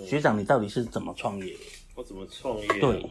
学长，你到底是怎么创业？ 我怎么创业？ 对，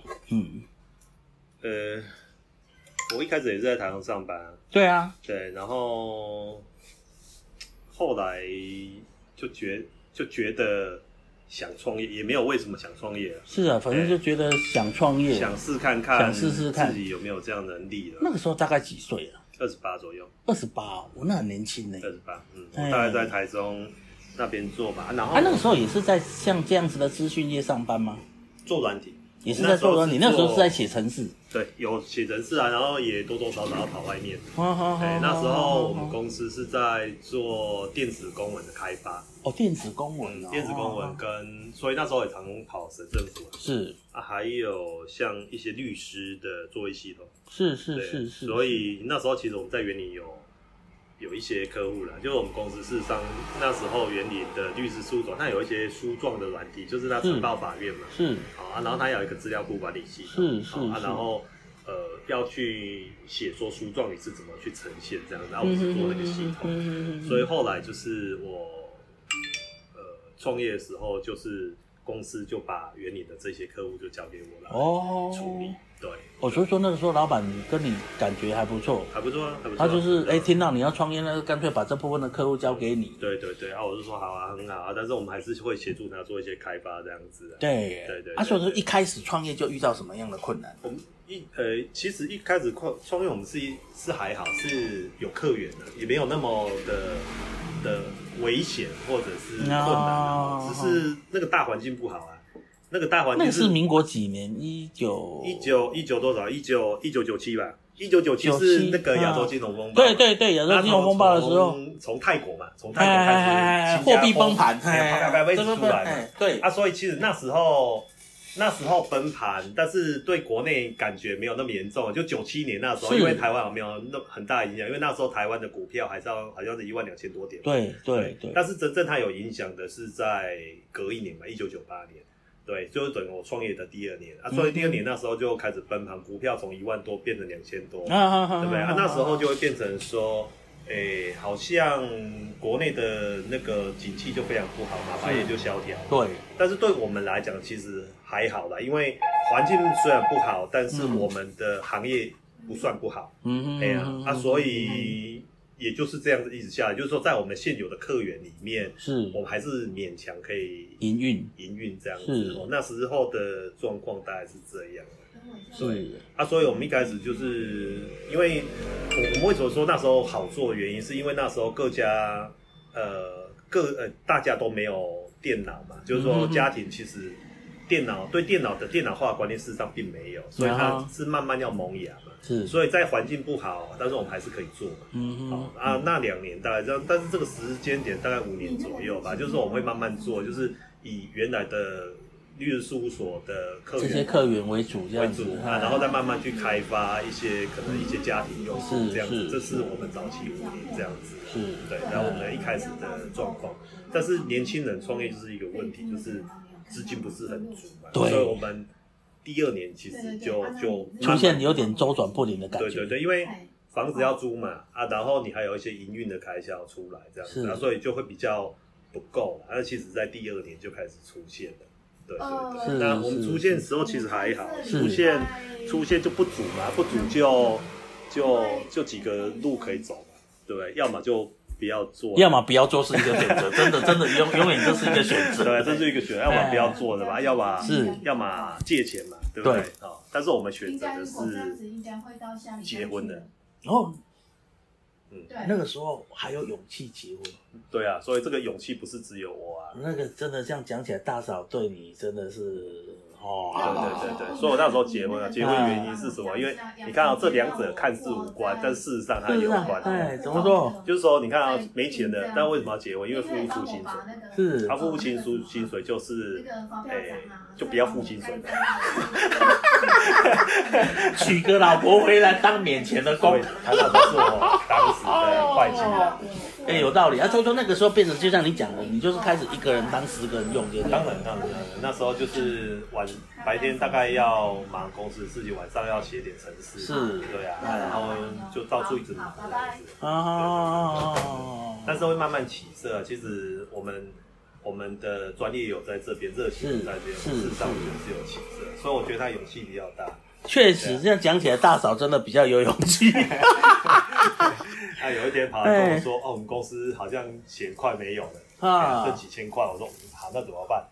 我一开始也是在台湾上班。 对啊， 对，然后后来就觉得想创业，也没有为什么想创业。 是啊，反正就觉得想创业， 想试看看， 想试试看自己有没有这样能力的。 那个时候大概几岁啊 ？28左右。 28，我那很年轻呢。 28，我大概在台中那边做吧。然后那个时候也是在像这样子的资讯业上班吗？ 做软体。 也是在做软体，那时候是在写程式。 对，有写程式啊，然后也多多少少要跑外面。那时候我们公司是在做电子公文的开发。 电子公文电子公文所以那时候也常跑省政府。 是啊，还有像一些律师的作业系统。 是。 所以那时候其实我们在园林有一些客户啦，就是我们公司事实上那时候园林的律师事务所，它有一些书状的软体，就是它呈报法院嘛， 是然后它有一个资料库管理系统，然后要去写说书状你是怎么去呈现这样，然后我是做那个系统，所以后来就是我创业的时候，就是公司就把园林的这些客户就交给我来处理。对， 所以说那个时候老板跟你感觉还不错， 还不错。 他就是听到你要创业，那就干脆把这部分的客户交给你。 对，我就说好啊，很好啊，但是我们还是会协助他做一些开发这样子。 对。所以说一开始创业就遇到什么样的困难？ 我们其实一开始创业我们是还好，是有客源的，也没有那么的危险或者是困难，只是那个大环境不好啊。那个大环境那是民国几年 ？19多少？1997吧。1997是那个亚洲金融风暴。 对，亚洲金融风暴的时候， 从泰国开始， 货币崩盘， 一直出来嘛。 对啊， 所以其实那时候崩盘，但是对国内感觉没有那么严重。就97年那时候，因为台湾没有那很大影响，因为那时候台湾的股票好像是12000多点。 对。 但是真正它有影响的是在隔一年嘛，1998年。对，就是等于我创业的第2年所以第2年那时候就开始崩盘，股票从1万多变成2000多，对不对那时候就会变成说，好像国内的那个景气就非常不好嘛，白也就萧条。 对， 但是对我们来讲其实还好啦，因为环境虽然不好，但是我们的行业不算不好，所以也就是这样子一直下来，就是说在我们现有的客源里面，我们还是勉强可以营运这样子。那时候的状况大概是这样。对所以我们一开始就是因为我们为什么说那时候好做的原因，是因为那时候各家大家都没有电脑嘛，就是说家庭其实电脑的电脑化观念事实上并没有，所以它是慢慢要萌芽嘛。所以在环境不好，但是我们还是可以做嘛。那2年大概这样，但是这个时间点大概5年左右吧，就是我们会慢慢做，就是以原来的律师事务所的这些客源为主，这样子然后再慢慢去开发一些可能一些家庭用户这样子，这是我们早期5年这样子。对，然后我们一开始的状况，但是年轻人创业就是一个问题，就是资金不是很足嘛，所以我们第2年其实就出现有点周转不灵的感觉。 对，因为房子要租嘛然后你还有一些营运的开销出来这样子所以就会比较不够了。其实在第2年就开始出现了。对，那我们出现的时候其实还好，出现就不足嘛，不足就几个路可以走嘛，对不对？要么就不要做， 要么不要做是一个选择，真的永远就是一个选择。 对，这是一个选择，要么不要做的吧，要么借钱嘛，对不对？但是我们选择的是结婚的。 那个时候还有勇气结婚。 对啊，所以这个勇气不是只有我那个真的这样讲起来，大嫂对你真的是对，所以我那时候结婚结婚原因是什么？因为你看这2者看似无关，但事实上它有关。 怎么说？ 就是说你看没钱的，但为什么要结婚？因为付不出薪水。他付不出薪水就是就不要付薪水。 娶个老婆回来当免钱的工。 他那时候是我当时的会计。 有道理所以说那个时候变成就像你讲的，你就是开始1个人当10个人用， 当然，那时候就是白天大概要忙公司的事情，晚上要写点程式，对然后就到处一直忙这样子。但是会慢慢起色。其实我我们的专业有在这边，热情有在这边，事实上我觉得是有气质的，所以我觉得他勇气比较大。 确实，这样讲起来，大嫂真的比较有勇气。 他有一天跑来跟我说：“哦，我们公司好像钱快没有了，剩几千块。”我说：“好，那怎么办？”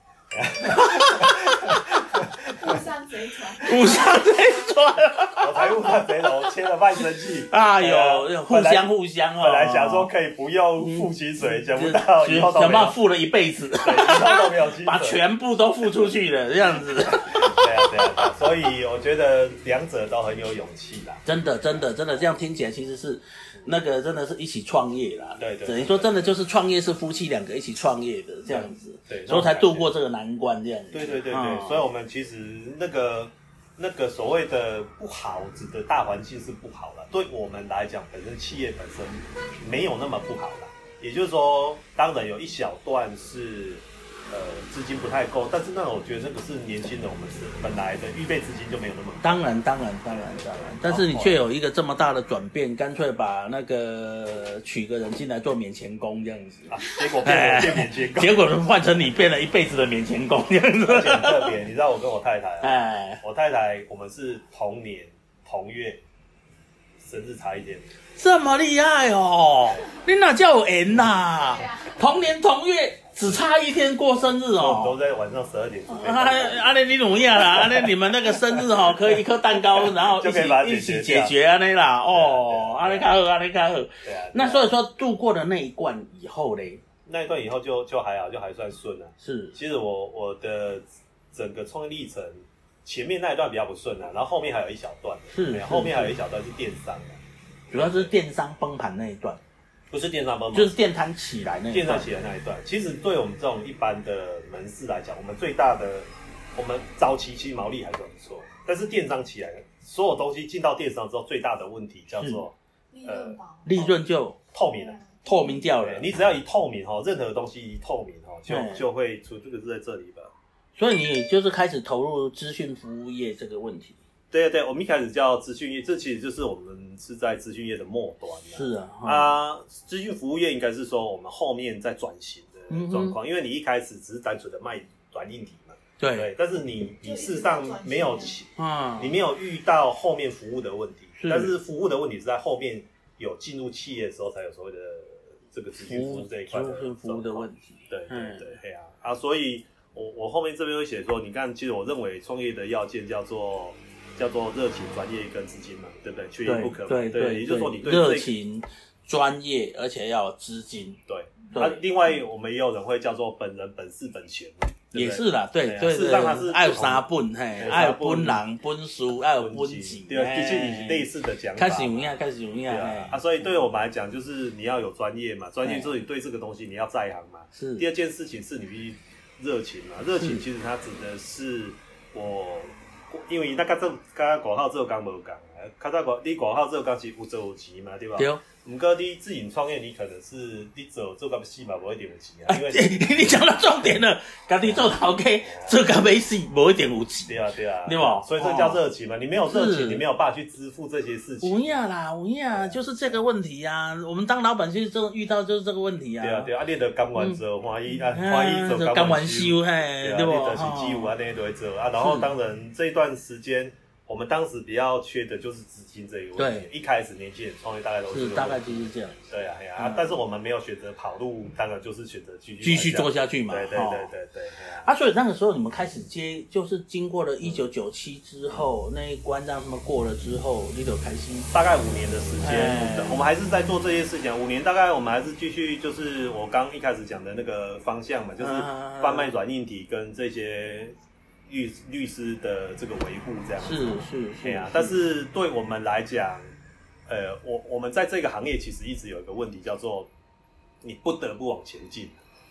互相贼船， 互相贼船， 我才互相贼船，我签了卖身契啊，有互相哦。 本来想说可以不用付薪水，想不到以后都没有， 想办法付了一辈子， 对，以后都没有薪水， 把全部都付出去了，这样子。 对啊，所以我觉得两者都很有勇气啦。 真的，这样听起来其实是那个真的是一起创业啦。 对， 等于说真的就是创业是夫妻两个一起创业的这样子， 对， 所以才度过这个难关这样子。 对，所以我们其实那个所谓的不好，指的大环境是不好了。对我们来讲，本身企业本身没有那么不好啦。也就是说，当然有一小段是资金不太够，但是我觉得那个是年轻人，我们是本来的预备资金就没有那么高。 当然，但是你却有一个这么大的转变，干脆把那个娶个人进来做免钱工这样子啊，结果变免钱工， 结果换成你变了一辈子的免钱工这样子。 而且很特别，你知道我跟我太太， 我太太我们是同年同月，生日差一点。 这么厉害哦！你哪叫有缘呐？同年同月。只差一天过生日哦， 都在晚上12点准备。 你怎么样啦？你们那个生日哦，可以一颗蛋糕，然后一起解决啦。哦，较好。对啊。那所以说度过了那一关以后嘞， 那一段以后就还好，就还算顺了。 是， 其实我的整个创业历程，前面那一段比较不顺啊，然后后面还有一小段，后面还有一小段是电商的， 主要是电商崩盘那一段。 不是电商崩盘， 就是电摊起来那一段。其实对我们这种一般的门市来讲，我们最大的，我们早期其实毛利还是很不错，但是电商起来了，所有东西进到电商之后，最大的问题叫做利润就透明了， 透明掉了。 你只要一透明任何东西一透明就会出，这个是在这里吧。 所以你就是开始投入资讯服务业这个问题。 对，我们一开始叫资讯业，这其实就是我们是在资讯业的末端。 是啊， 资讯服务业应该是说我们后面在转型的状况，因为你一开始只是单纯的卖软硬体嘛，对，但是你事实上没有你没有遇到后面服务的问题，但是服务的问题是在后面有进入企业的时候才有所谓的这个资讯服务这一块的服务的问题。 对，所以我后面这边会写说，你看，其实我认为创业的要件叫做热情、专业跟资金嘛，对不对？缺一不可。对，也就是说你对热情、专业，而且要有资金。 对。另外我们也有人会叫做本人、本事、本钱， 也是啦。对， 事实上它是爱有三本，爱有本人、本事，爱有本钱。 对，的确你类似的讲法。 开始有影。 所以对我们来讲，就是你要有专业嘛，专业就是你对这个东西你要在行嘛。 是。 第二件事情是你必须热情嘛，热情其实它指的是因为那甲外口做工无共，你外口做工是有做有钱嘛，对吧？对。不过你自己创业，你可能是你做到死嘛，无一定有钱啊。因为你讲到重点了，家己做头家，做到尾死，无一定有钱。 对啊， 对吧？ 所以这叫热情嘛。你没有热情，你没有办法去支付这些事情。 有影，就是这个问题啊。我们当老板其实遇到就是这个问题啊。 对啊，你就甘愿做，欢喜做甘愿收， 对吧？你就是基务啊那些都会做啊。然后当然这一段时间。我们当时比较缺的就是资金这一个问题。一开始年轻人创业大概都是大概就是这样。 对啊，但是我们没有选择跑路，当然就是选择继续做下去嘛。 对。 所以那个时候你们开始接，就是经过了1997之后那一关让他们过了之后，你就开心。 大概5年的时间，我们还是在做这些事情。5年大概我们还是继续，就是我刚一开始讲的那个方向嘛，就是贩卖软硬体跟这些。律师的这个维护这样子是但是对我们来讲，我们在这个行业其实一直有一个问题，叫做你不得不往前进，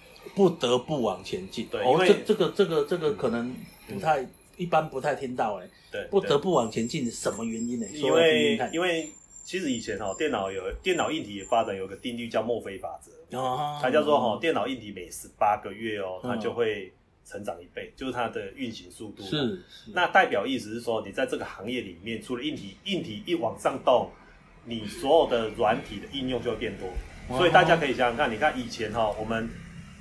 对，因为这个可能不太一般，不太听到对， 不得不往前进，什么原因呢？ 因为其实以前电脑硬体发展有个定律叫墨菲法则，它叫做电脑硬体每18个月它就会。成长1倍，就是它的运行速度。 是。 那代表意思是说，你在这个行业里面，除了硬体一往上动，你所有的软体的应用就会变多。所以大家可以想想看，你看以前我们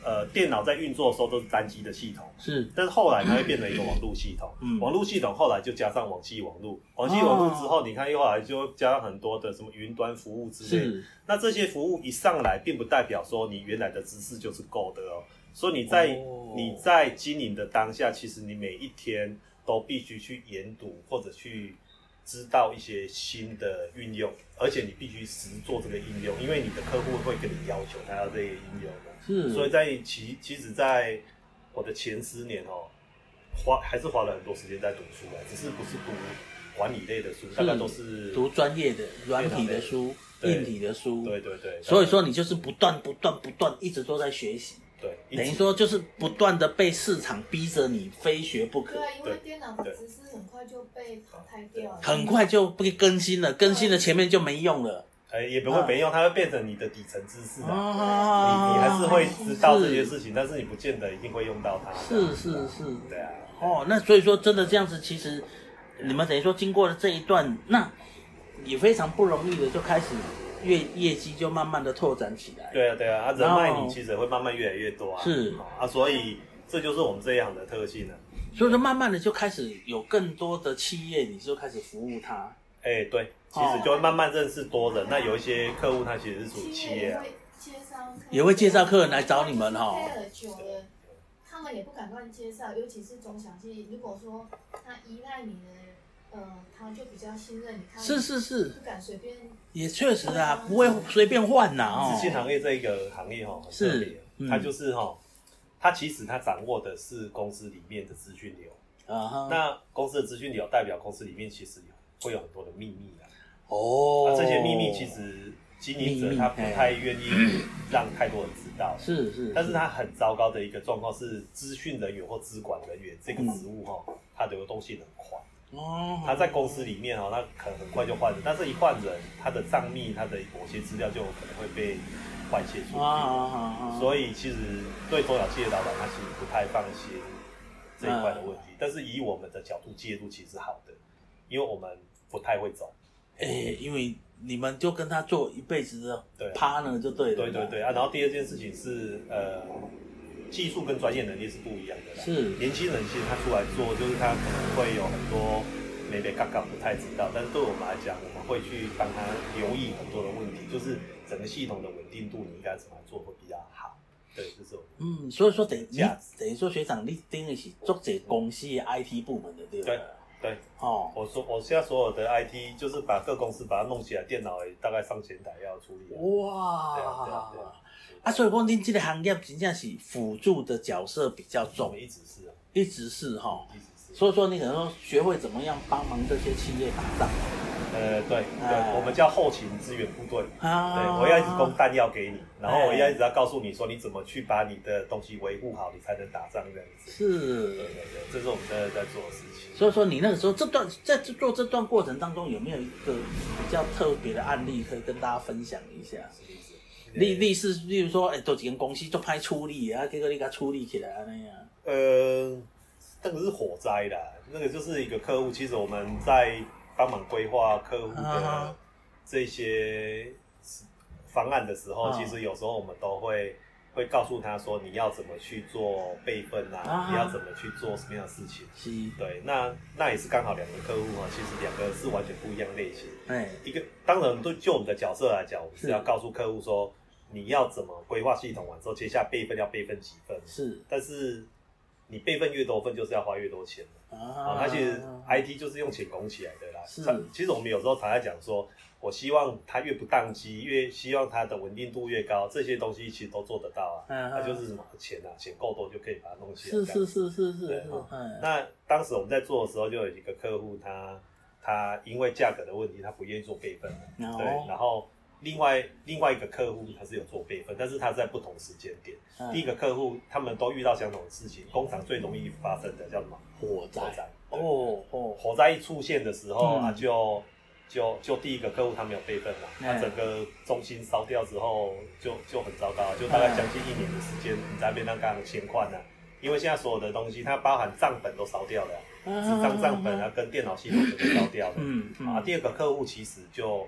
电脑在运作的时候都是单机的系统， 是， 但是后来它会变成一个网络系统，网络系统后来就加上网际网络，网际网络之后，你看后来就加上很多的什么云端服务之类的，那这些服务一上来，并不代表说你原来的知识就是够的哦，所以你在经营的当下，其实你每一天都必须去研读或者去知道一些新的运用，而且你必须实做这个应用，因为你的客户会跟你要求他要这个应用的。是，所以其实在我的前10年还是花了很多时间在读书啦，只是不是读管理类的书，大概都是读专业的软体的书、硬体的书。 对。 所以说你就是不断一直都在学习。对，等于说就是不断的被市场逼着你非学不可。 对，因为电脑的知识很快就被淘汰掉了， 很快就被更新了，更新了前面就没用了。 也不会没用，它会变成你的底层知识你还是会知道这些事情，但是你不见得一定会用到它。是， 对啊。那所以说真的这样子，其实你们等于说经过了这一段，那也非常不容易的，就开始业绩就慢慢的拓展起来。 对啊，人脉你其实会慢慢越来越多啊。 是所以这就是我们这一行的特性了。 所以说慢慢的就开始有更多的企业，你就开始服务它。 对，其实就会慢慢认识多人。那有一些客户他其实是属于企业啊， 也会介绍客人来找你们哈。 久了，他们也不敢乱介绍，尤其是中小企业。如果说他依赖你的，他就比较信任你。 是， 不敢随便。 也确实啊，不会随便换呐。 资讯行业这一个行业很特别，它就是它其实它掌握的是公司里面的资讯流。那公司的资讯流代表公司里面其实会有很多的秘密啦。这些秘密其实经营者他不太愿意让太多人知道。 是。 但是他很糟糕的一个状况是，资讯人员或资管人员这个职务他的流动性很快。他在公司里面他可能很快就换人，但是一换人，他的账密、他的某些资料就有可能会被外泄出去。所以其实对中小企业老板他其实不太放心这一块的问题。但是以我们的角度介入其实是好的，因为我们不太会走。 因为你们就跟他做一辈子的partner就对了。 对然后第二件事情是技术跟专业能力是不一样的啦。 是年轻人其实他出来做，就是他可能会有很多maybe刚不太知道，但是对我们来讲，我们会去帮他留意很多的问题，就是整个系统的稳定度你应该怎么做会比较好。对，这是我们所以说等于说学长你盯的是做这公司的 IT 部门的对吧？ 对，我现在所有的 IT 就是把各公司把它弄起来，电脑大概上千台要处理。 哇，所以说您这个行业真正是辅助的角色比较重， 一直是一直是。所以说你可能说学会怎么样帮忙这些企业打仗。 对，我们叫后勤支援部队。对，我要一直供弹药给你，然后我要一直要告诉你说你怎么去把你的东西维护好，你才能打仗这样子。 是， 对，这是我们在做的事情。 所以说你那个时候在做这段过程当中，有没有一个比较特别的案例可以跟大家分享一下？例如说，都几间公司做歹处理啊，结果你给它处理起来那样。 那个是火灾啦，那个就是一个客户，其实我们在帮忙规划客户的这些方案的时候，其实有时候我们都会告诉他说你要怎么去做备份你要怎么去做什么样的事情。对，那也是刚好两个客户其实两个是完全不一样类型。一个当然就我们的角色来讲，我们是要告诉客户说你要怎么规划系统完之后，接下来备份要备份几份。但是你备份越多份，就是要花越多钱它其实 IT 就是用钱拱起来的啦。其实我们有时候常在讲说，我希望它越不宕机，越希望它的稳定度越高，这些东西其实都做得到它就是什么钱够多就可以把它弄起来。是。那当时我们在做的时候，就有一个客户，他因为价格的问题，他不愿意做备份对，然后另外一个客户他是有做备份，但是他在不同时间点。第一个客户他们都遇到相同的事情，工厂最容易发生的叫什么？火灾。火灾一出现的时候就第一个客户他没有备份嘛，整个中心烧掉之后就很糟糕，就大概将近1年的时间，你在那边刚刚欠款因为现在所有的东西它包含账本都烧掉了，纸张账本跟电脑系统都烧掉了。第二个客户其实就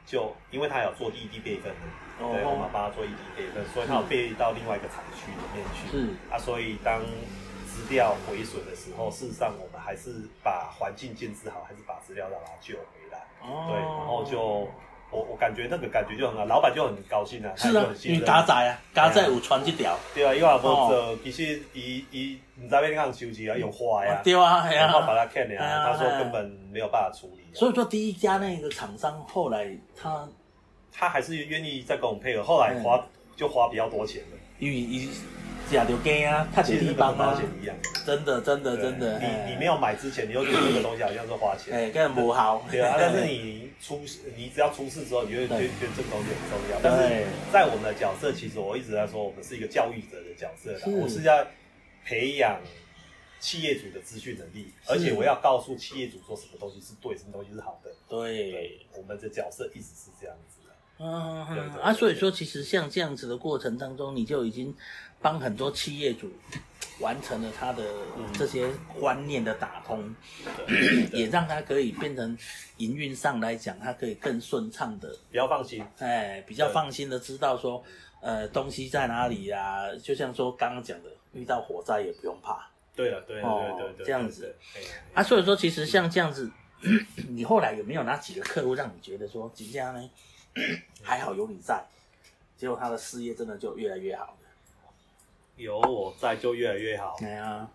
就因为他有做异地备份的，对，我们帮他做异地备份，所以他有备到另外一个厂区里面去。 是啊， 所以当资料毁损的时候，事实上我们还是把环境建置好，还是把资料让它救回来。对，然后就我感觉那个感觉就很好，老板就很高兴啊。 是啊，因为家在啊，家在有传这条。 对啊，因为无做，其实伊唔知要怎样修理啊，用花呀。 对啊， 然后把它砍了啊，他说根本没有办法处理。 所以说第一家那个厂商后来他还是愿意再跟我们配合，后来花比较多钱的， 因为吃到鸡啊，他其实跟保险一样， 真的。 你没有买之前，你又觉得这个东西好像是花钱， 根本不好。 对啊，但是你只要出事之后，你就会觉得这个东西很重要。但是在我们的角色，其实我一直在说，我们是一个教育者的角色啦，我是要培养企业主的资讯能力，而且我要告诉企业主说什么东西是对，什么东西是好的。对，我们的角色一直是这样子的。 所以说其实像这样子的过程当中，你就已经帮很多企业主完成了他的这些观念的打通，也让他可以变成营运上来讲，他可以更顺畅的， 比较放心， 比较放心的知道说，东西在哪里啊？就像说刚刚讲的，遇到火灾也不用怕。 对， 这样子所以说其实像这样子，你后来有没有哪几个客户让你觉得说，吉家呢还好有你在，结果他的事业真的就越来越好？ 有我在就越来越好。 对啊，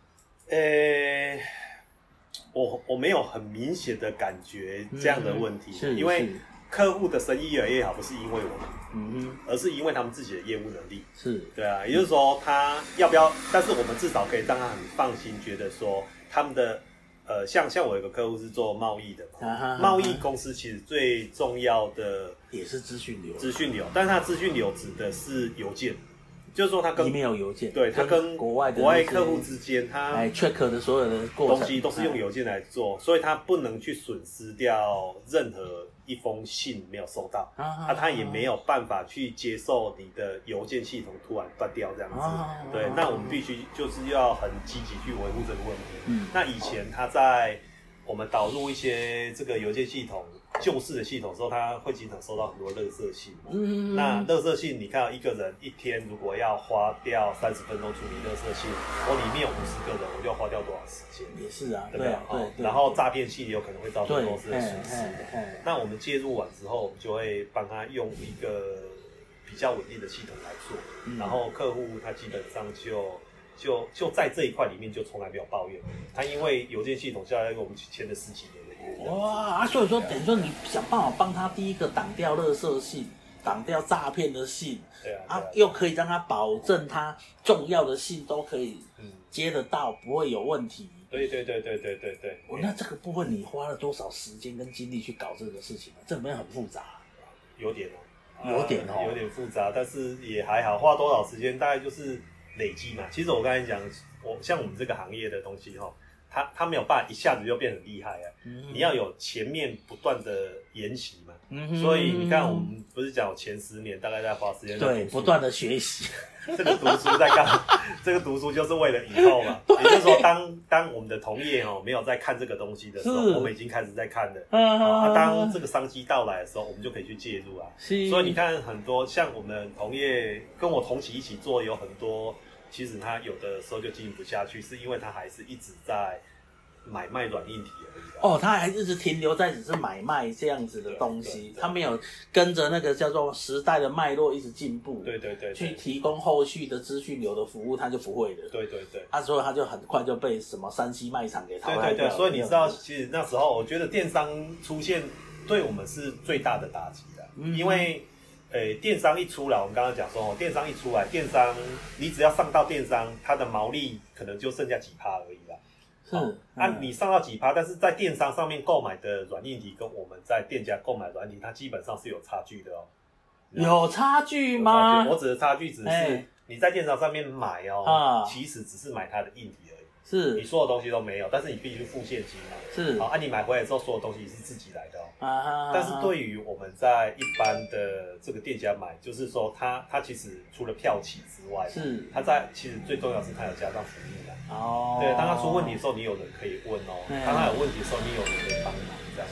我没有很明显的感觉这样的问题，因为客户的生意越来越好，不是因为我们，而是因为他们自己的业务能力。 是， 对啊，也就是说他要不要，但是我们至少可以让他很放心，觉得说他们的像我有个客户是做贸易的嘛，贸易公司其实最重要的也是资讯流， 但是它资讯流指的是邮件。就是说，他跟 email 邮件， 对，他跟国外客户之间，他 check 的所有的过程东西都是用邮件来做，所以他不能去损失掉任何一封信没有收到，他也没有办法去接受你的邮件系统突然断掉这样子。对，那我们必须就是要很积极去维护这个问题。那以前他在我们导入一些这个邮件系统旧式的系统之后，他会经常收到很多垃圾信嘛。那垃圾信，你看一个人一天如果要花掉30分钟处理垃圾信，我里面有50个人，我就要花掉多少时间？ 也是啊， 对吧？对。然后诈骗信有可能会造成公司的损失。那我们介入完之后，我们就会帮他用一个比较稳定的系统来做，然后客户他基本上就在这一块里面就从来没有抱怨，他因为邮件系统下来跟我们签了10几年的约。 哇，所以说等于说你想办法帮他第一个挡掉垃圾信，挡掉诈骗的信，又可以让他保证他重要的信都可以接得到，不会有问题。 对。 那这个部分你花了多少时间跟精力去搞这个事情？这没有很复杂？ 有点复杂，但是也还好。花多少时间？大概就是累积嘛。其实我刚才讲，像我们这个行业的东西它没有办法一下子就变很厉害啊。你要有前面不断的研习嘛。所以你看，我们不是讲前10年大概在花时间在读书， 对，不断的学习。 这个读书在干嘛？这个读书就是为了以后嘛。也就是说，当我们的同业没有在看这个东西的时候，我们已经开始在看了。当这个商机到来的时候，我们就可以去介入啊。所以你看，很多像我们同业跟我同期一起做，有很多其实他有的时候就经营不下去，是因为他还是一直在买卖软硬体而已。 他还一直停留在只是买卖这样子的东西，他没有跟着那个叫做时代的脉络一直进步。 对， 去提供后续的资讯流的服务，他就不会了。对，所以他就很快就被什么3C卖场给淘汰掉了。 对，所以你知道，其实那时候我觉得电商出现对我们是最大的打击的，因为电商一出来，我们刚刚讲说电商一出来，电商你只要上到电商，它的毛利可能就剩下几%而已啦。你上到几%，但是在电商上面购买的软硬体跟我们在店家购买软体，它基本上是有差距的。 有差距吗？ 我指的差距只是你在电商上面买其实只是买它的硬体而已。是你所有东西都没有，但是你必须付现金嘛。是你买回来之后，所有东西是自己来的但是对于我们在一般的这个店家买，就是说它其实除了票期之外，它其实最重要是它有加上服务的。对，当它出问题的时候，你有人可以问当它有问题的时候，你有人可以帮忙这样。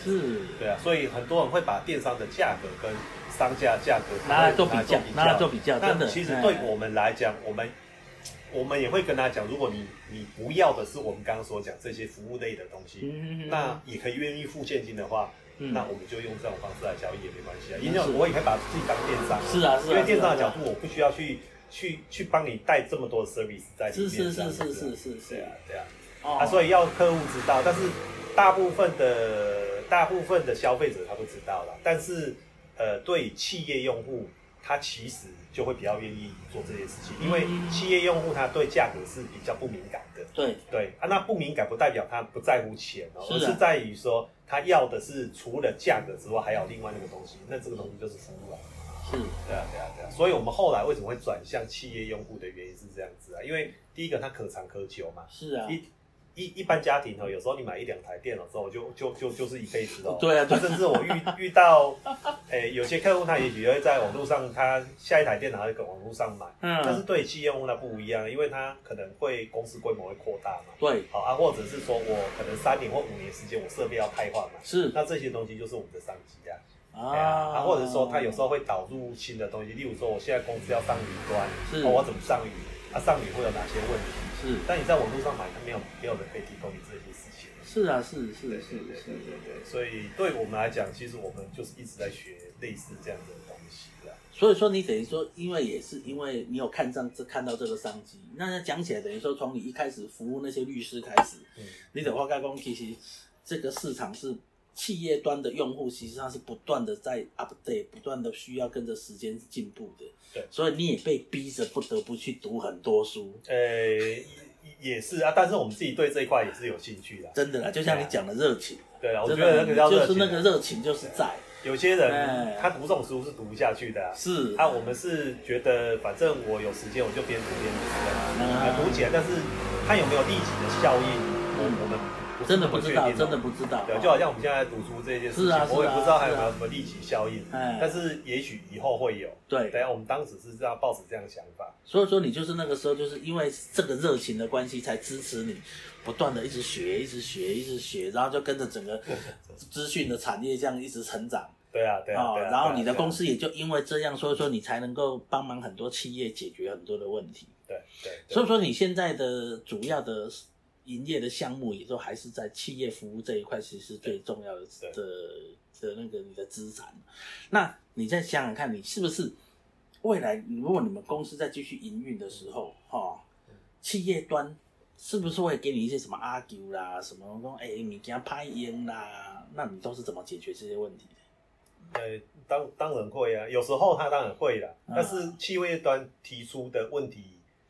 是， 对啊，所以很多人会把电商的价格跟商家价格拿来做比较，拿来做比较，真的。 其实对我们来讲，我们也会跟他讲，如果你不要的是我们刚刚所讲这些服务类的东西，那也可以愿意付现金的话，那我们就用这种方式来交易也没关系啊。因为我也可以把自己当电商， 是啊， 因为电商的角度，我不需要去帮你带这么多的 service 在里面， 是， 对啊，所以要客户知道，但是大部分的消费者他都知道了，但是对企业用户，他其实就会比较愿意做这件事情，因为企业用户他对价格是比较不敏感的。对啊，那不敏感不代表他不在乎钱哦，而是在于说他要的是除了价格之外，还有另外那个东西，那这个东西就是服务了。 是， 对啊。所以我们后来为什么会转向企业用户的原因是这样子啊，因为第一个它可长可久嘛。 是啊。 一般家庭有时候你买1-2台电脑之后就是一辈子哦。 对啊， 甚至我遇到，有些客户他也许会在网络上，他下一台电脑他就跟网络上买，但是对企业用户那不一样，因为他可能会公司规模会扩大嘛。 对。 好啊，或者是说我可能3年或5年时间我设备要汰换嘛。 是。 那这些东西就是我们的商机啊。或者说他有时候会导入新的东西，例如说我现在公司要上云端，我怎么上云？上云会有哪些问题？是，但你在网络上买，它没有人可以提供你这些事情。 是啊，是， 所以对我们来讲，其实我们就是一直在学类似这样的东西的。 所以说，你等于说，因为你有看到这个商机，那讲起来等于说，从你一开始服务那些律师开始，你的话，讲其实这个市场是企业端的用户，其实上是不断的在 update， 不断的需要跟着时间进步的。 对， 所以你也被逼着不得不去读很多书。 也是啊，但是我们自己对这一块也是有兴趣的。 真的啦，就像你讲的热情。 对啊，我觉得那个叫热情， 就是那个热情就是在。 有些人他读这种书是读不下去的啊。 是。 我们是觉得反正我有时间我就边读边读，读起来，但是它有没有立即的效应，我们真的不知道，真的不知道。 对，就好像我们现在读书这件事情，我也不知道还有没有什么立即效应，但是也许以后会有。对，等下我们当时是这样抱持这样的想法。 所以说你就是那个时候就是因为这个热情的关系，才支持你不断的一直学，然后就跟着整个资讯的产业这样一直成长。 对啊。 然后你的公司也就因为这样，所以说你才能够帮忙很多企业解决很多的问题。 对。 所以说你现在的主要的营业的项目也都还是在企业服务这一块，其实是最重要的那个你的资产。那你再想想看，你是不是未来如果你们公司再继续营运的时候，企业端是不是会给你一些什么argue啦，什么说物件歹用啦，那你都是怎么解决这些问题的？ 当然会啊，有时候他当然会啦，但是企业端提出的问题，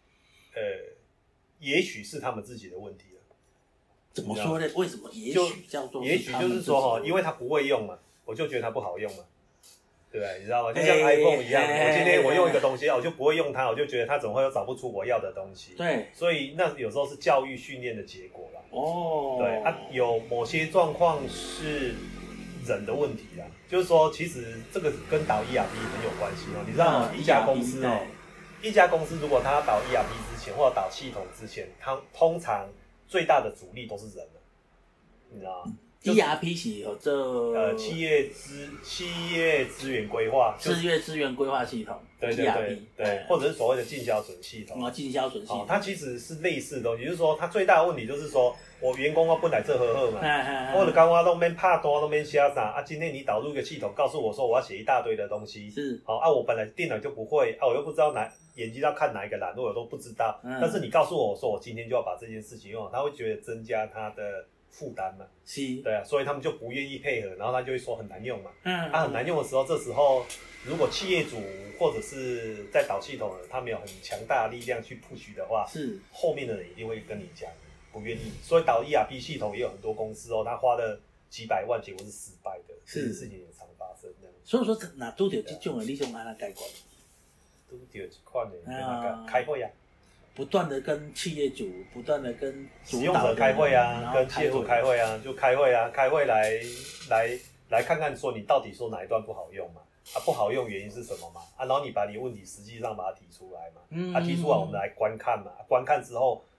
也许是他们自己的问题了。 怎么说呢？为什么？也许叫做也许就是说因为他不会用嘛，我就觉得他不好用嘛，对不对？你知道吗？就像 iPhone 一样，我今天我用一个东西，我就不会用它，我就觉得它怎么会找不出我要的东西？ 对， 所以那有时候是教育训练的结果啦。对有某些状况是人的问题啦，就是说其实这个跟导 ERP 很有关系哦。你知道吗？一家公司如果他要导 ERP 之前或者导系统之前，它通常最大的阻力都是人了，你知道吗 ？ERP 是有这企业资源规划， 资源规划系统， 对，或者是所谓的进销存系统。 进销存系统， 它其实是类似的东西，就是说它最大的问题就是说，我员工要本来这好嘛，或者刚刚都没怕多，都没写啥今天你导入一个系统，告诉我说我要写一大堆的东西， 是我本来电脑就不会我又不知道眼睛要看哪一个栏位，我都不知道。但是你告诉我说我今天就要把这件事情用好，他会觉得增加他的负担嘛，对啊，所以他们就不愿意配合，然后他就会说很难用嘛。很难用的时候，这时候如果企业主或者是在导系统的，他没有很强大的力量去 push 的话，后面的人一定会跟你讲不愿意。所以导 ERP 系统也有很多公司他花了几百万，结果是失败的，这件事情也常发生这样。 所以说，那拄到这种的，你想按怎解决？ 拄到这款的，开会啊。 不断的跟企业主，不断的跟使用者开会啊，跟企业主开会啊，就开会来看看说你到底说哪一段不好用嘛，不好用原因是什么嘛，然后你把你问题实际上把它提出来嘛，提出来我们来观看嘛，观看之后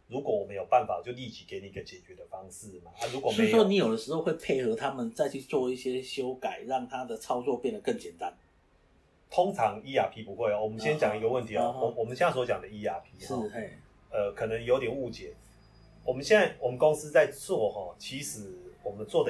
如果我们有办法，就立即给你一个解决的方式嘛。如果没有， 所以说你有的时候会配合他们再去做一些修改，让它的操作变得更简单。 通常 ERP 不会哦。我们先讲一个问题哦，我们现在所讲的 ERP 是可能有点误解。我们公司在做其实我们做的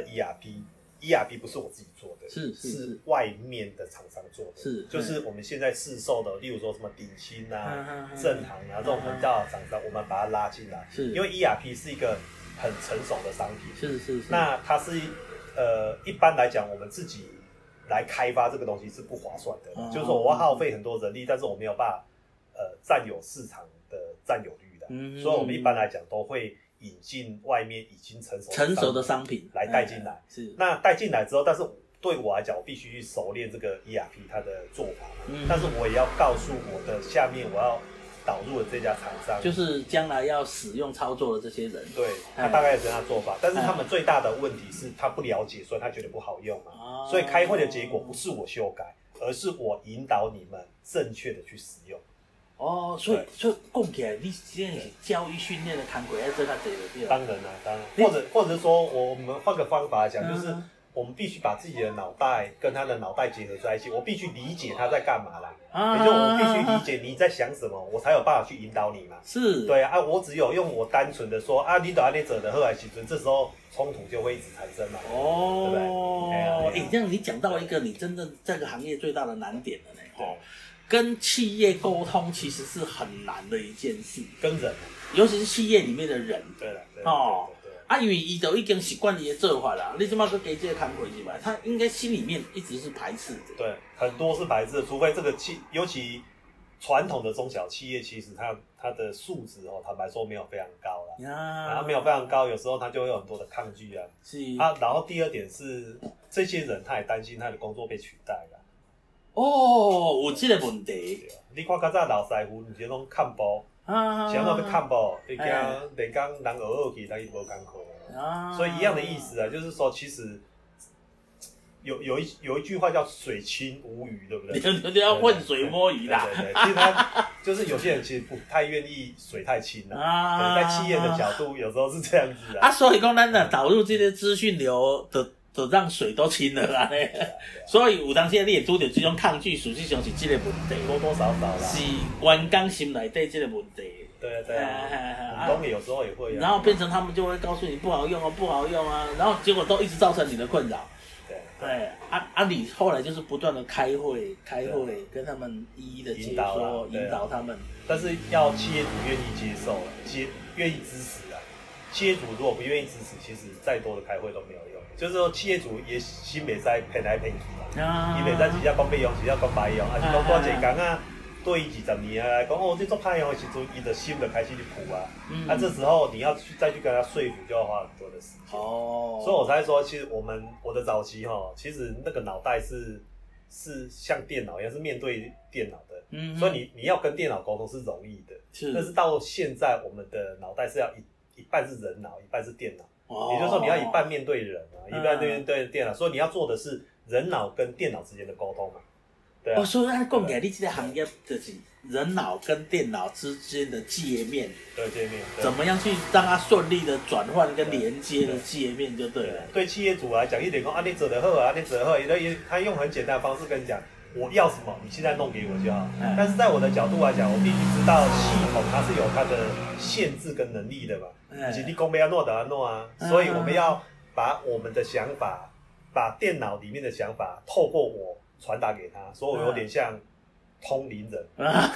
ERP 不是我自己做的，是外面的厂商做的，就是我们现在市售的，例如说什么鼎新啊、正航啊这种很大的厂商，我们把它拉进来，因为 ERP 是一个很成熟的商品，那它是一般来讲，我们自己来开发这个东西是不划算的，就是说我要耗费很多人力，但是我没有办法占有市场的占有率的，所以我们一般来讲都会引进外面已经成熟的商品来带进来，那带进来之后，但是对我来讲，我必须去熟练这个 ERP 它的做法，但是我也要告诉我的下面我要导入的这家厂商， 就是将来要使用操作的这些人， 对，他大概有这样做法，但是他们最大的问题是他不了解，所以他觉得不好用嘛，所以开会的结果不是我修改，而是我引导你们正确的去使用。 所以讲起来，你现在是教育训练的工作要做较多就对了。 当然啦，当然，或者说我们换个方法来讲，就是我们必须把自己的脑袋跟他的脑袋结合在一起，我必须理解他在干嘛啦，也就我必须理解你在想什么，我才有办法去引导你嘛。 是， 对啊，我只有用我单纯的说你都安尼做的好的时阵，这时候冲突就会一直产生嘛，对不对？ 这样你讲到一个你真的这个行业最大的难点了呢，跟企业沟通其实是很难的一件事， 跟人， 尤其是企业里面的人， 对了， 因为他就已经习惯他的做法啦，你怎么去给这个工作是吧？他应该心里面一直是排斥的。 对，很多是排斥的，除非这个尤其传统的中小企业，其实它的素质坦白说没有非常高啦，然后没有非常高，有时候它就会有很多的抗拒啊。然后第二点是，这些人他也担心他的工作被取代啦。 有这个问题。 你看较早老师傅，毋是拢看报，想要要看报，你惊连讲人学去，他伊无工课，所以一样的意思啊，就是说其实有一句话叫水清无鱼，对不对？ 你要浑水摸鱼啦。 对，其实他就是有些人其实不太愿意水太清啦，在企业的角度有时候是这样子啊。 所以讲咱若导入这些资讯流就让水都清了啦，所以有当时你会拄到这种抗拒，实际上是这个问题， 多多少少啦， 是员工心内底这个问题。 对啊，股东有时候也会啊。 然后变成他们就会告诉你不好用啊，然后结果都一直造成你的困扰。对，你后来就是不断的开会，跟他们一一的解说，引导他们。 但是要企业主愿意接受，愿意支持啊。企业主如果不愿意支持，其实再多的开会都没有用。就是说，企业主也心袂使骗来骗去嘛，伊袂使一下讲要用，一下讲歹用，还是讲多一工啊，对于20年啊来讲，这做歹用的时阵，伊的心就开始去苦啊。这时候你要再去跟他说服，就要花很多的时间。所以我才说，其实我的早期其实那个脑袋是像电脑一样，是面对电脑的。所以你要跟电脑沟通是容易的，但是到现在我们的脑袋是要一半是人脑，一半是电脑。也就是说，你要一半面对人一半面对电脑，所以你要做的是人脑跟电脑之间的沟通嘛。对啊。 所以按讲起来，你这个行业就是人脑跟电脑之间的界面， 对界面， 怎么样去让它顺利的转换跟连接的界面就对了。 对企业主来讲，一点讲你做得好啊，你做得好，他用很简单的方式跟你讲，我要什么，你现在弄给我就好。但是在我的角度来讲，我必须知道系统它是有它的限制跟能力的嘛。而且你讲要弄就要弄啊，所以我们要把我们的想法，把电脑里面的想法透过我传达给他，所以我有点像通灵人。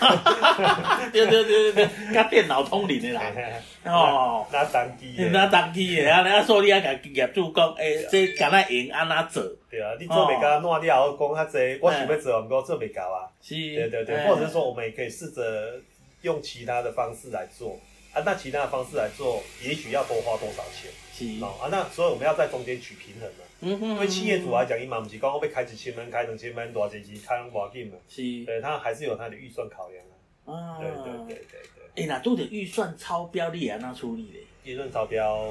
对，跟电脑通灵的啦。 拿当机的， 所以你甲业主讲，这敢若用安怎做？ 对啊，你做袂到烂，你也好讲较济，我想要做，不过做袂到啊。对，或者是说，我们也可以试着用其他的方式来做。那其他的方式来做，也许要多花多少钱？那所以我们要在中间取平衡嘛。对企业主来讲，伊嘛不是讲我要开1000万、开2000万，多少钱开拢无要紧嘛。对，他还是有他的预算考量啊。对。 那拄着预算超标，你安怎处理咧？ 预算超标，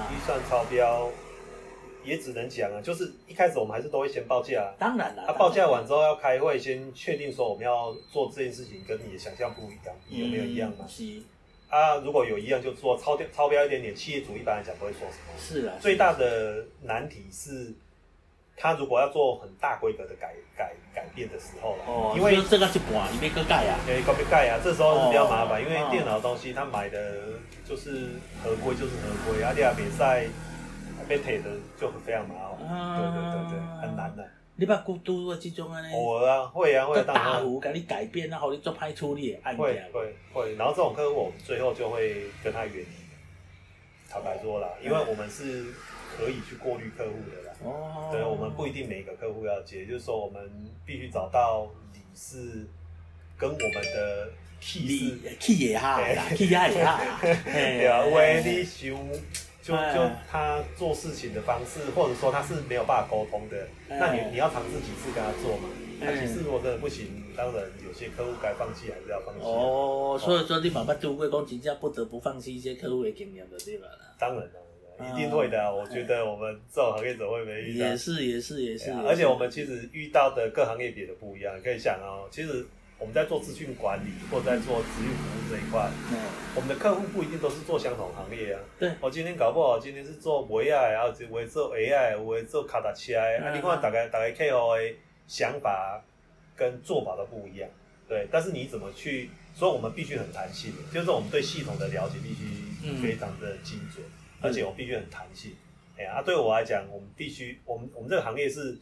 也只能讲啊，就是一开始我们还是都会先报价。 当然啦。 报价完之后要开会，先确定说我们要做这件事情跟你的想象不一样，有没有一样嘛？ 啊，如果有一样就做超标一点点，企业主一般来讲不会说什么。 是啊， 最大的难题是，他如果要做很大规格的改变的时候啦，因为这个一半，你要搁改啊， 要改啊，这时候是比较麻烦，因为电脑的东西他买的就是合规就是合规，啊，你也别再被退的就非常麻烦，对，很难的。 你捌拄过这种安尼？ 偶尔啊，会啊， 大幅给你改变，然后你做歹处理的案件。 会，然后这种客户我们最后就会跟他远离。坦白说啦，因为我们是可以去过滤客户的啦。哦。对，我们不一定每个客户要接，就是说我们必须找到你是跟我们的气也哈啦，气也哈啦。 对啊，因为你就他做事情的方式，或者说他是没有办法沟通的，那你要尝试几次跟他做嘛。那几次如果真的不行，当然有些客户该放弃还是要放弃。 哦，所以说你慢慢度过讲，真正不得不放弃一些客户的经验的，对吧？ 当然一定会的。我觉得我们这种行业怎么会没遇到？ 也是。 而且我们其实遇到的各行业别的不一样，你可以想哦，其实我们在做资讯管理或者在做咨询服务这一块，我们的客户不一定都是做相同行业啊。 对， 我今天搞不好今天是做维爱，然后有的做 AI， 有的做卡达车的，你看大家客户的想法跟做法都不一样，对。但是你怎么去？所以我们必须很弹性，就是我们对系统的了解必须非常的精准，而且我们必须很弹性。对我来讲，我们必须，我们这个行业是，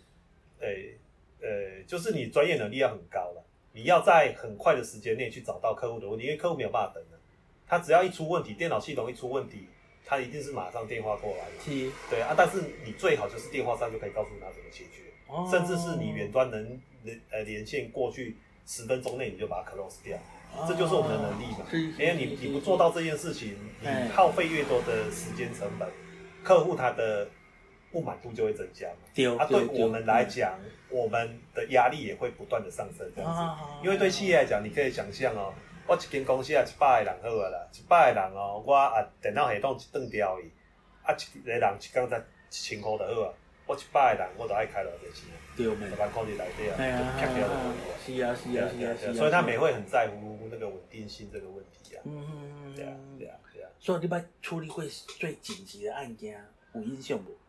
就是你专业能力要很高了。你要在很快的时间内去找到客户的问题，因为客户没有办法等的，他只要一出问题，电脑系统一出问题，他一定是马上电话过来的。对啊，但是你最好就是电话上就可以告诉他怎么解决，甚至是你远端能连线过去10分钟内你就把它 close 掉，这就是我们的能力嘛。因为你不做到这件事情，你耗费越多的时间成本，客户他的不满度就会增加嘛。对我们来讲，我们的压力也会不断的上升，这样子。因为对企业来讲，你可以想象哦，我一间公司啊，100个人好啊啦，100个人哦，我电脑系统一断掉去，一个人一工才1000块就好啊，我100个人我都爱开偌济钱， 对没 ？10万块在内底啊，就撇掉了。 是啊， 所以他们也会很在乎那个稳定性这个问题啊。对啊。 所以你捌处理过最紧急的案件，有印象无？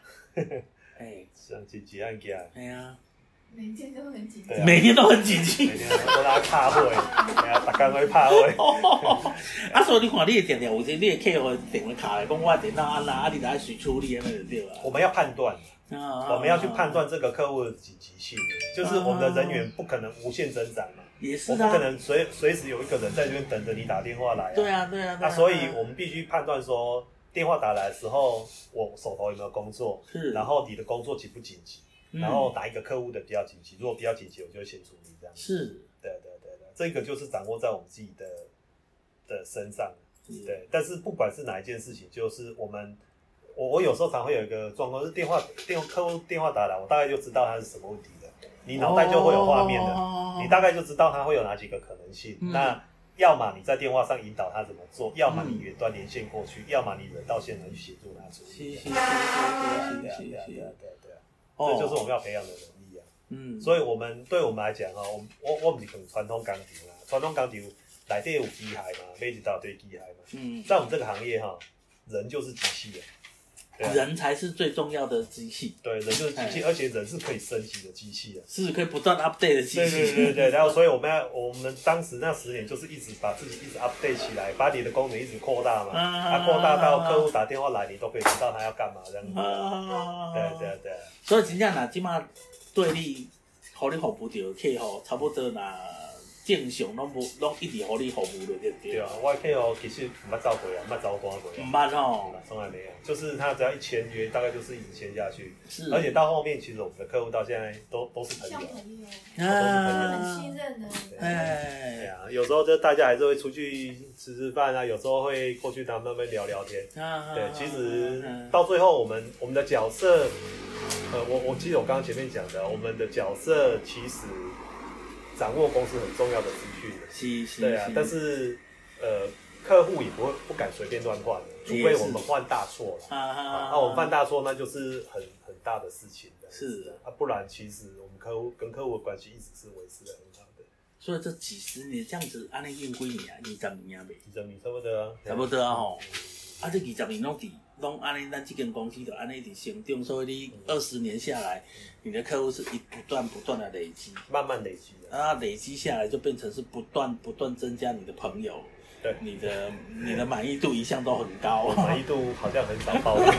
像紧急案件。 每天都很紧急。 每天都很紧急。 每天都在拍会，大家都在拍会。 所以你看，你常常有时你的客户电话卡来讲，我电脑安那，你就爱随处理，那就对了。 我们要判断，我们要去判断这个客户的紧急性，就是我们的人员不可能无限增长嘛。 也是啊。 我不可能随时有一个人在这边等着你打电话来。 对啊。 所以我们必须判断说，电话打来的时候，我手头有没有工作，然后你的工作紧不紧急。然后哪一个客户的比较紧急，如果比较紧急，我就会先处理这样子。 是， 对，这个就是掌握在我们自己的身上。对，但是不管是哪一件事情，就是我有时候常会有一个状况，是客户电话打来，我大概就知道他是什么问题的，你脑袋就会有画面的，你大概就知道他会有哪几个可能性。那要么你在电话上引导他怎么做，要么你远端连线过去，要么你人到现场去协助他处理。这就是我们要培养的能力啊。所以对我们来讲我们是很传统工厂啦，传统工厂内底有机械嘛，买一大堆机械嘛。在我们这个行业人就是机器人。 人才是最重要的机器。 对，人就是机器，而且人是可以升级的机器啊， 是可以不断 update 的机器。 对，然后所以我们当时那10年就是一直把自己一直 update 起来，把你的功能一直扩大嘛，扩大到客户打电话来，你都可以知道他要干嘛这样子。对。 所以真正现在对你，互你服务到客户，差不多正常拢一直互你服务了，对不对？ 对啊，我的客户其实唔捌走过啊，唔捌走单过。 唔捌吼， 从来没有，就是他只要一签约，大概就是一直签下去。 是， 而且到后面，其实我们的客户到现在都是朋友， 像朋友，很信任的。 有时候就大家还是会出去吃饭啊，有时候会过去他们那边聊聊天。对，其实到最后我们的角色，我记得我刚刚前面讲的，我们的角色其实。掌握公司很重要的资讯，对啊，但是客户也不敢随便乱换，除非我们犯大错了。我们犯大错，那就是很大的事情的。 是不然其实我们跟客户的关系一直是维持的很好的。 所以这几十年这样子，安尼用几年啊？20年未 20年差不多啊， 差不多啊吼。啊，这20年拢安尼，咱这间公司就安尼伫成长，所以你20年下来，你的客户是不断的累积， 慢慢累积的。 啊，累积下来就变成是不断增加你的朋友。 对， 你的满意度一向都很高， 满意度好像很少抱怨，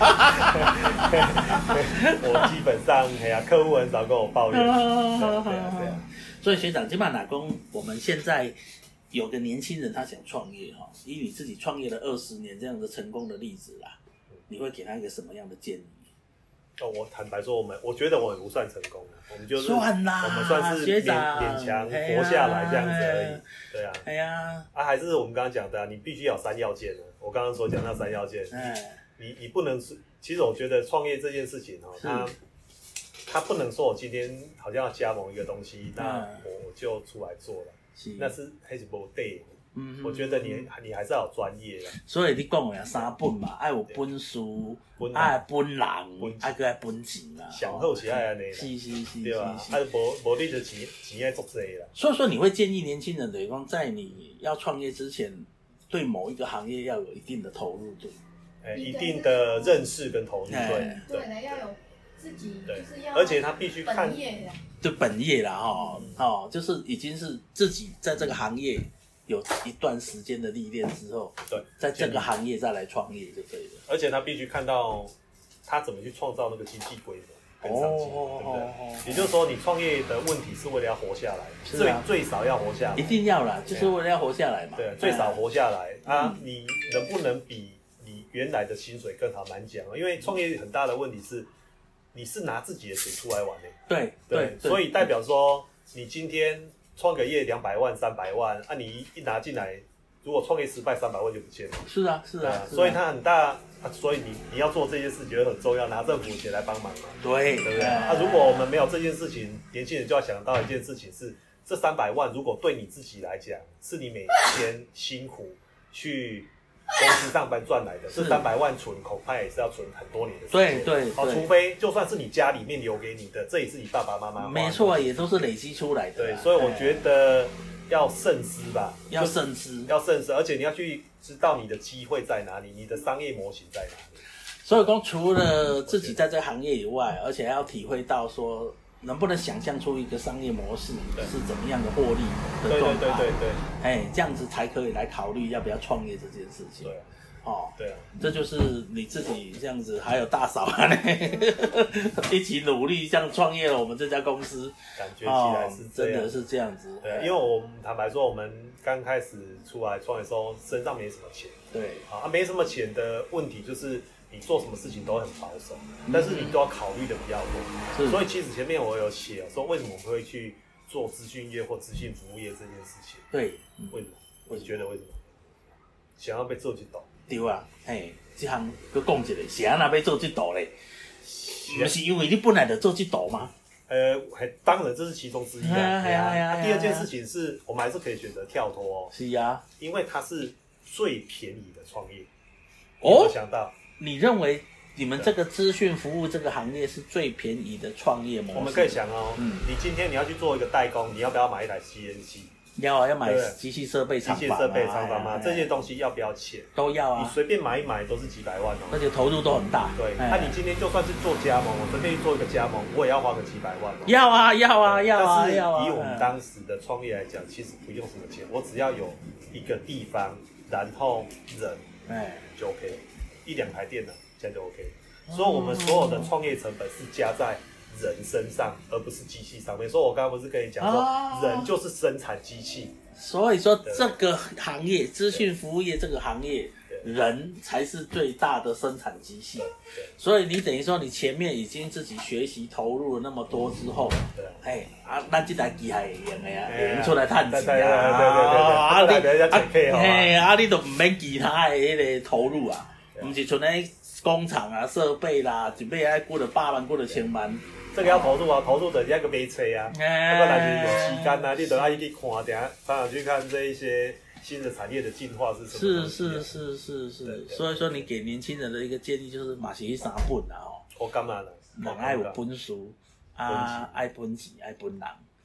我基本上客户很少跟我抱怨，对。 所以学长，基本上哪公，我们现在有个年轻人他想创业哈，以你自己创业了20年这样的成功的例子啦，你会给他一个什么样的建议？ 我坦白说，我觉得我们不算成功，我们就是算啦， 我们算是勉强活下来这样子而已，对啊， 哎呀， 还是我们刚刚讲的啊，你必须要有3要件的。我刚刚所讲那3要件，你不能，其实我觉得创业这件事情它不能说我今天好像要加盟一个东西，那我就出来做了，那是还是不对。我觉得你还是要有专业啦。 所以你讲的3本嘛，爱有本事，爱本人，爱个爱本钱啦。 上好是爱安尼啦， 是， 对吧？无你就钱爱足济啦。 所以说，你会建议年轻人，等于说在你要创业之前，对某一个行业要有一定的投入度， 一定的认识跟投入， 对，要有自己就是要， 而且他必须看就本业啦，就是已经是自己在这个行业有一段时间的历练之后， 对， 在这个行业再来创业就可以了。而且他必须看到他怎么去创造那个经济规模跟商机，对不对？也就是说，你创业的问题是为了要活下来，最少要活下来， 一定要啦，就是为了要活下来嘛。 对，最少活下来啊！你能不能比你原来的薪水更好？难讲，因为创业很大的问题是，你是拿自己的钱出来玩的，对，所以代表说你今天创个业200万、300万，你一拿进来，如果创业失败，300万就不见了。 是啊， 所以它很大，所以你要做这件事情很重要，拿政府钱来帮忙嘛，对不对？如果我们没有这件事情，年轻人就要想到一件事情是，这300万如果对你自己来讲，是你每天辛苦去公司上班赚来的，这300万存恐怕也是要存很多年的时间。 对， 除非就算是你家里面留给你的，这也是你爸爸妈妈。 没错，也都是累积出来的。 对，所以我觉得要慎思吧， 要慎思， 而且你要去知道你的机会在哪里，你的商业模型在哪里。 所以说，除了自己在这个行业以外，而且还要体会到说，能不能想象出一个商业模式是怎么样的获利的状态？对，这样子才可以来考虑要不要创业这件事情。对，这就是你自己这样子，还有大嫂一起努力，这样创业了我们这家公司， 感觉起来是真的是这样子。 对，因为我们坦白说，我们刚开始出来创业的时候，身上没什么钱。 对， 没什么钱的问题就是。你做什么事情都很保守，但是你都要考虑的比较多。所以其实前面我有写说，为什么我们会去做资讯业或资讯服务业这件事情？ 对， 为什么？我觉得为什么？想要被做一道？ 对啊，这项佮讲一下，谁哪要做这道嘞？不是因为你本来就做这道吗？ 当然这是其中之一啊。第二件事情是我们还是可以选择跳脱哦。 是啊， 因为它是最便宜的创业。 哦， 想到。 你认为你们这个资讯服务这个行业是最便宜的创业模式？ 我们可以想你今天你要去做一个代工，你要不要买一台 CNC？ 要买机器设备厂房吗？这些东西要不要钱？ 都要啊！ 你随便买一买都是几百万而且投入都很大。 对，你今天就算是做加盟，我随便做一个加盟，我也要花个几百万。 要啊！ 但是以我们当时的创业来讲，其实不用什么钱，我只要有一个地方，然后人，就 OK 了。1-2台电脑，这样就 OK。所以，我们所有的创业成本是加在人身上，而不是机器上面。所以我刚刚不是跟你讲说，人就是生产机器。 所以说，这个行业，资讯服务业这个行业，人才是最大的生产机器。所以你等于说，你前面已经自己学习投入了那么多之后，咱这台机械会用的呀，会用出来赚钱啊。你都唔免其他的那个投入啊。不是像那工厂啊、设备啦，一买爱过了8万、过了1000万， 这个要投入啊，投入的你那个买车啊，但是有时间啊，你都要去看，常常去看这一些新的产业的进化是什么。 是，所以说你给年轻人的一个建议就是嘛是去3本啦我干嘛呢？ 人爱有本事啊，爱本钱，爱本人。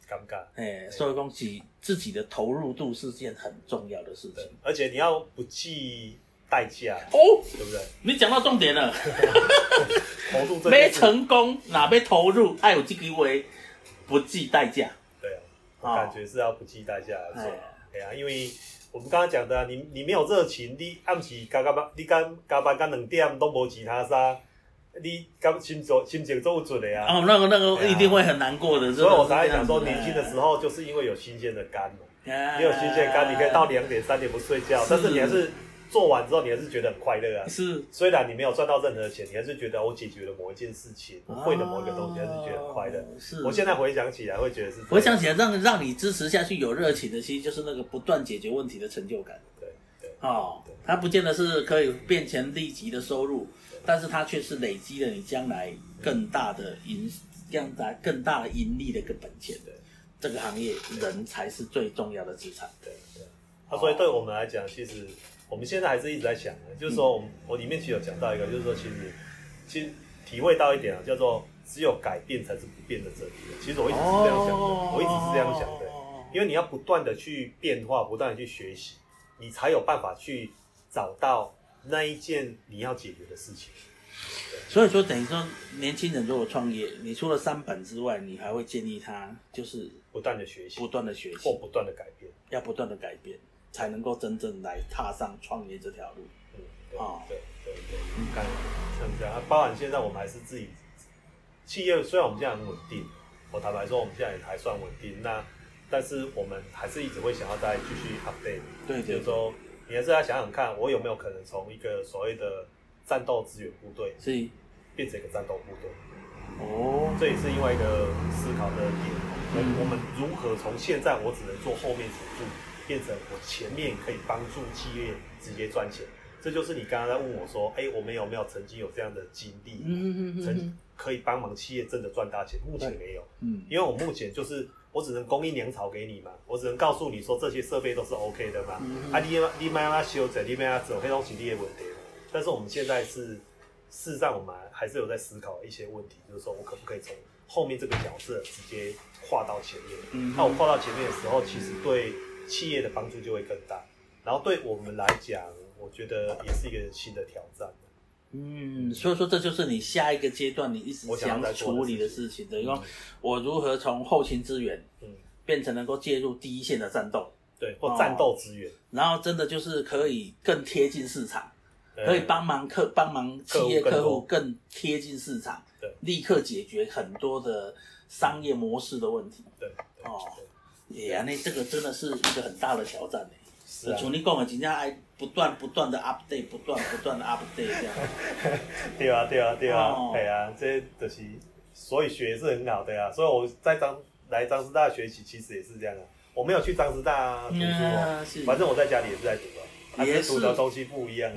尴尬。 所以讲自己的投入度是件很重要的事情， 而且你要不计代价对不对？ 你讲到重点了， 投入这要成功哪要投入，要有这句话，不计代价。 对啊，我感觉是要不计代价来做。对啊，因为我们刚刚讲的啊，你没有热情，你暗时你加班到2点都无其他啥，你心情都有准的啊。 那个一定会很难过的。 所以我才讲说，年轻的时候就是因为有新鲜的肝嘛，你有新鲜肝，你可以到2点3点不睡觉，但是你还是做完之后，你还是觉得很快乐啊。 是， 虽然你没有赚到任何钱，你还是觉得我解决了某一件事情，我会的某一个东西，还是觉得很快乐。 是， 我现在回想起来会觉得是。 回想起来让你支持下去有热情的，其实就是那个不断解决问题的成就感。 对。 它不见得是可以变成立即的收入，但是它却是累积了你将来更大的盈利的一个本钱。这个行业人才是最重要的资产。 对。所以对我们来讲，其实我们现在还是一直在想的，就是说我里面其实有讲到一个，就是说其实体会到一点啊，叫做只有改变才是不变的真理。其实我一直是这样想的，我一直是这样想的，因为你要不断的去变化，不断的去学习，你才有办法去找到那一件你要解决的事情。 所以说，等于说，年轻人如果创业，你除了3本之外，你还会建议他就是不断的学习， 或不断的改变，要不断的改变，才能够真正来踏上创业这条路。 对，你看像这样，包含现在我们还是自己企业，虽然我们现在很稳定，我坦白说我们现在也还算稳定，但是我们还是一直会想要再继续 update。 对， 就是说你还是要想想看，我有没有可能从一个所谓的战斗支援部队， 是变成一个战斗部队。 这也是另外一个思考的点。我们如何从现在我只能做后面辅助，变成我前面可以帮助企业直接赚钱？这就是你刚刚在问我说，我们有没有曾经有这样的经历，可以帮忙企业真的赚大钱？目前没有，因为我目前就是我只能供应粮草给你嘛，我只能告诉你说这些设备都是 OK 的嘛，你慢慢修整，你慢慢走，黑东西你也稳定。但是我们现在事实上我们还是有在思考一些问题，就是说我可不可以从后面这个角色直接跨到前面？那我跨到前面的时候，其实对企业的帮助就会更大，然后对我们来讲，我觉得也是一个新的挑战。 所以说这就是你下一个阶段你一直想处理的事情，等于说我如何从后勤资源，变成能够介入第一线的战斗， 对，或战斗资源， 然后真的就是可以更贴近市场，可以帮忙企业客户更贴近市场，立刻解决很多的商业模式的问题。那这个真的是一个很大的挑战。是啊，像你讲的，真正爱不断的 update， 不断的 update 这样。 对啊，这就是，所以学是很好的啊。所以我来彰师大学习，其实也是这样啊。我没有去彰师大读书反正我在家里也是在读啊。也是读的东西不一样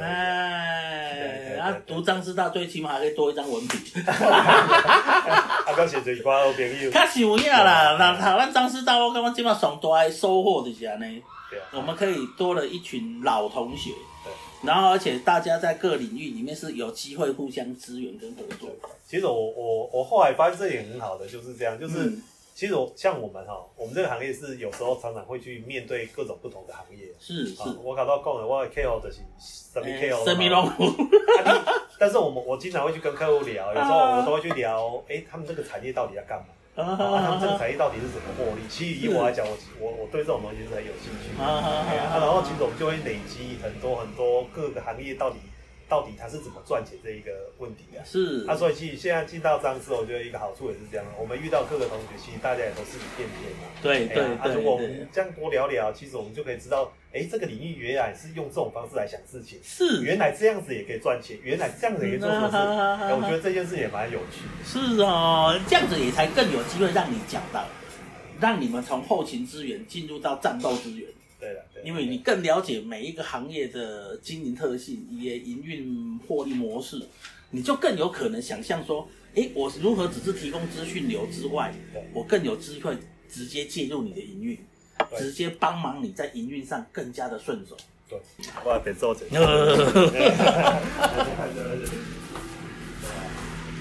读彰师大最起码还可以多一张文凭。 刚写一寡好朋友。 较想影啦，咱彰师大，我感觉今麦上大的收获就是安尼。我们可以多了一群老同学，然后而且大家在各领域里面是有机会互相支援跟合作。 其实我后来发现这点很好的就是这样，就是其实像我们这个行业是有时候常常会去面对各种不同的行业。是，我搞到讲的，我的 KO 就是什么 KO， 什么拢有。 但是我经常会去跟客户聊，有时候我都会去聊，他们这个产业到底要干嘛？他们这个产业到底是怎么获利？其实以我来讲，我对这种东西是很有兴趣。然后其实我们就会累积很多各个行业到底它是怎么赚钱这一个问题啊。是。所以其实现在进到彰师，我觉得一个好处也是这样，我们遇到各个同学，其实大家也都是一片片嘛。对。如果我们这样多聊聊，其实我们就可以知道，这个领域原来是用这种方式来想事情。是。原来这样子也可以赚钱，原来这样子也可以做什么事。我觉得这件事也蛮有趣的。 是哦，这样子也才更有机会让你讲到，让你们从后勤资源进入到战斗资源。 对， 因为你更了解每一个行业的经营特性，也营运获利模式，你就更有可能想象说，我如何只是提供资讯流之外，我更有机会直接介入你的营运，直接帮忙你在营运上更加的顺手。 对，我来别做这。